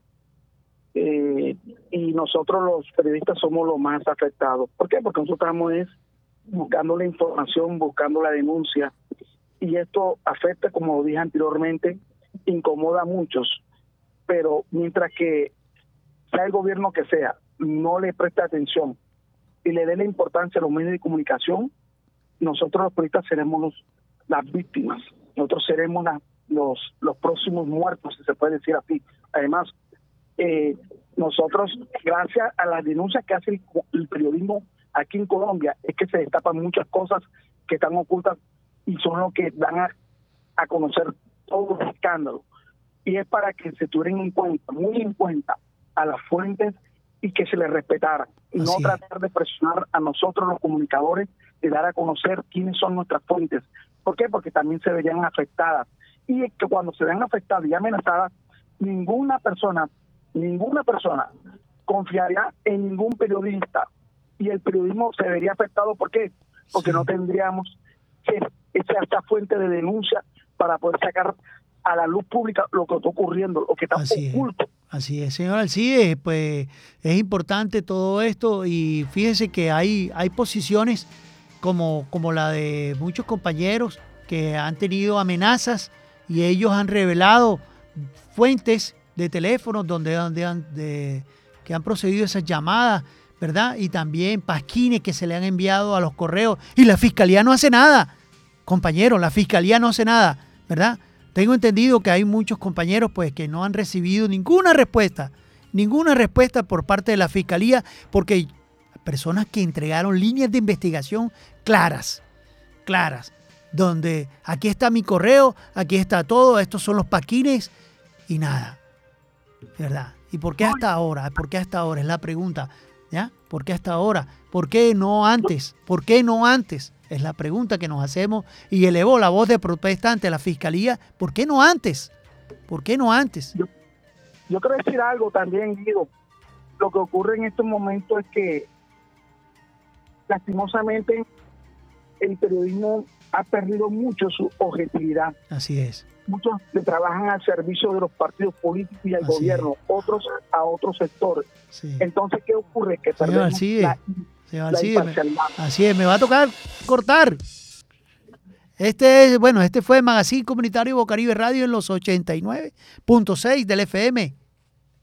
eh, y nosotros los periodistas somos los más afectados. ¿Por qué? Porque nosotros estamos es buscando la información, buscando la denuncia, y esto afecta, como dije anteriormente, incomoda a muchos, pero mientras que sea el gobierno que sea, no le preste atención y le dé la importancia a los medios de comunicación, nosotros los periodistas seremos los, las víctimas, nosotros seremos la, los los próximos muertos, si se puede decir así. Además, eh, nosotros, gracias a las denuncias que hace el, el periodismo aquí en Colombia, es que se destapan muchas cosas que están ocultas y son lo que dan a, a conocer todos los escándalos. Y es para que se tuvieran en cuenta, muy en cuenta, a las fuentes y que se les respetara. Y no tratar de presionar a nosotros los comunicadores de dar a conocer quiénes son nuestras fuentes. ¿Por qué? Porque también se verían afectadas. Y es que cuando se vean afectadas y amenazadas, ninguna persona, ninguna persona confiaría en ningún periodista. Y el periodismo se vería afectado. ¿Por qué? Porque sí. no tendríamos esa, esa fuente de denuncia para poder sacar a la luz pública lo que está ocurriendo, lo que está Así oculto. Es. Así es, señor Alcides, pues es importante todo esto, y fíjese que hay, hay posiciones como, como la de muchos compañeros que han tenido amenazas y ellos han revelado fuentes de teléfonos donde, donde han, de, que han procedido a esas llamadas, ¿verdad? Y también pasquines que se le han enviado a los correos. Y la Fiscalía no hace nada. Compañeros, la Fiscalía no hace nada, ¿verdad? Tengo entendido que hay muchos compañeros pues que no han recibido ninguna respuesta, ninguna respuesta por parte de la Fiscalía, porque personas que entregaron líneas de investigación claras, claras, donde aquí está mi correo, aquí está todo, estos son los pasquines y nada, ¿verdad? ¿Y por qué hasta ahora? ¿Por qué hasta ahora? Es la pregunta, ¿ya? ¿Por qué hasta ahora? ¿Por qué no antes? ¿Por qué no antes? Es la pregunta que nos hacemos y elevó la voz de protesta ante la Fiscalía. ¿Por qué no antes? ¿Por qué no antes? Yo, yo quiero decir algo también, Guido. Lo que ocurre en estos momentos es que, lastimosamente, el periodismo ha perdido mucho su objetividad. Así es. Muchos que trabajan al servicio de los partidos políticos y al Así gobierno, es. otros a otros sectores. Sí. Entonces, ¿qué ocurre? Que Señor perdemos Alcide, la, señor la Alcide, me- imparcialidad. así es, me va a tocar cortar. Este es, bueno, este fue Magazine Comunitario Bocaribe Radio en los ochenta y nueve punto seis del F M.